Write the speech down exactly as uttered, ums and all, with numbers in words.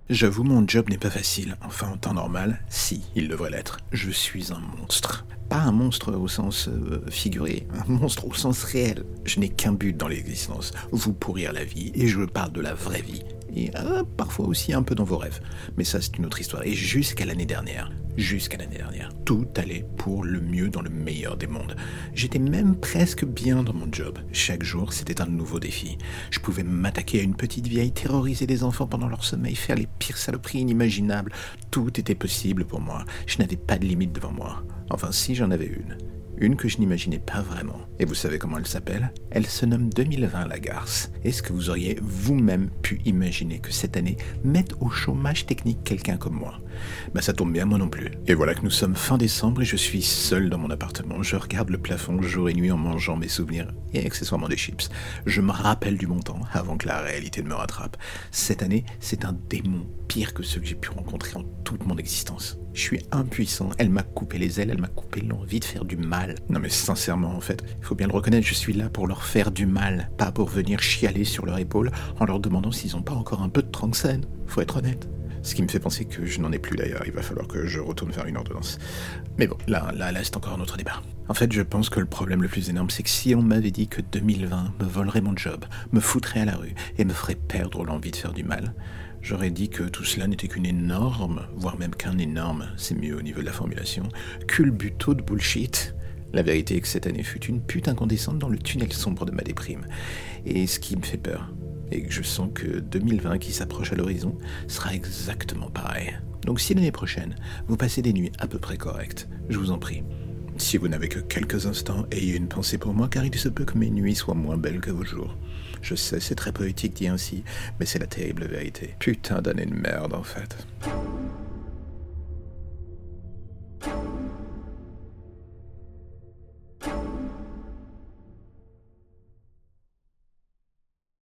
J'avoue, mon job n'est pas facile. Enfin, en temps normal, si, il devrait l'être. Je suis un monstre. Pas un monstre au sens euh, figuré, un monstre au sens réel. Je n'ai qu'un but dans l'existence, vous pourrir la vie, et je parle de la vraie vie. Et euh, parfois aussi un peu dans vos rêves. Mais ça, c'est une autre histoire. Et jusqu'à l'année dernière, jusqu'à l'année dernière, tout allait pour le mieux dans le meilleur des mondes. J'étais même presque bien dans mon job. Chaque jour, c'était un nouveau défi. Je pouvais m'attaquer à une petite vieille, terroriser des enfants pendant leur sommeil, faire les pires saloperies inimaginables. Tout était possible pour moi. Je n'avais pas de limite devant moi. Enfin, si j'en avais une. Une que je n'imaginais pas vraiment. Et vous savez comment elle s'appelle ? Elle se nomme deux mille vingt la garce. Est-ce que vous auriez vous-même pu imaginer que cette année mette au chômage technique quelqu'un comme moi ? Bah ça tombe bien, moi non plus. Et voilà que nous sommes fin décembre et je suis seul dans mon appartement. Je regarde le plafond jour et nuit en mangeant mes souvenirs et accessoirement des chips. Je me rappelle du bon temps avant que la réalité ne me rattrape. Cette année, c'est un démon pire que ceux que j'ai pu rencontrer en toute mon existence. Je suis impuissant, elle m'a coupé les ailes, elle m'a coupé l'envie de faire du mal. Non mais sincèrement en fait, il faut bien le reconnaître, je suis là pour leur faire du mal, pas pour venir chialer sur leur épaule en leur demandant s'ils ont pas encore un peu de tranxène, faut être honnête. Ce qui me fait penser que je n'en ai plus d'ailleurs, il va falloir que je retourne faire une ordonnance. Mais bon, là, là, là c'est encore un autre débat. En fait, je pense que le problème le plus énorme, c'est que si on m'avait dit que deux mille vingt me volerait mon job, me foutrait à la rue et me ferait perdre l'envie de faire du mal, j'aurais dit que tout cela n'était qu'une énorme, voire même qu'un énorme, c'est mieux au niveau de la formulation, culbuto de bullshit. La vérité est que cette année fut une pute incandescente dans le tunnel sombre de ma déprime. Et ce qui me fait peur, et que je sens que deux mille vingt qui s'approche à l'horizon sera exactement pareil. Donc si l'année prochaine, vous passez des nuits à peu près correctes, je vous en prie. Si vous n'avez que quelques instants, ayez une pensée pour moi, car il se peut que mes nuits soient moins belles que vos jours. Je sais, c'est très poétique dit ainsi, mais c'est la terrible vérité. Putain d'année de merde en fait.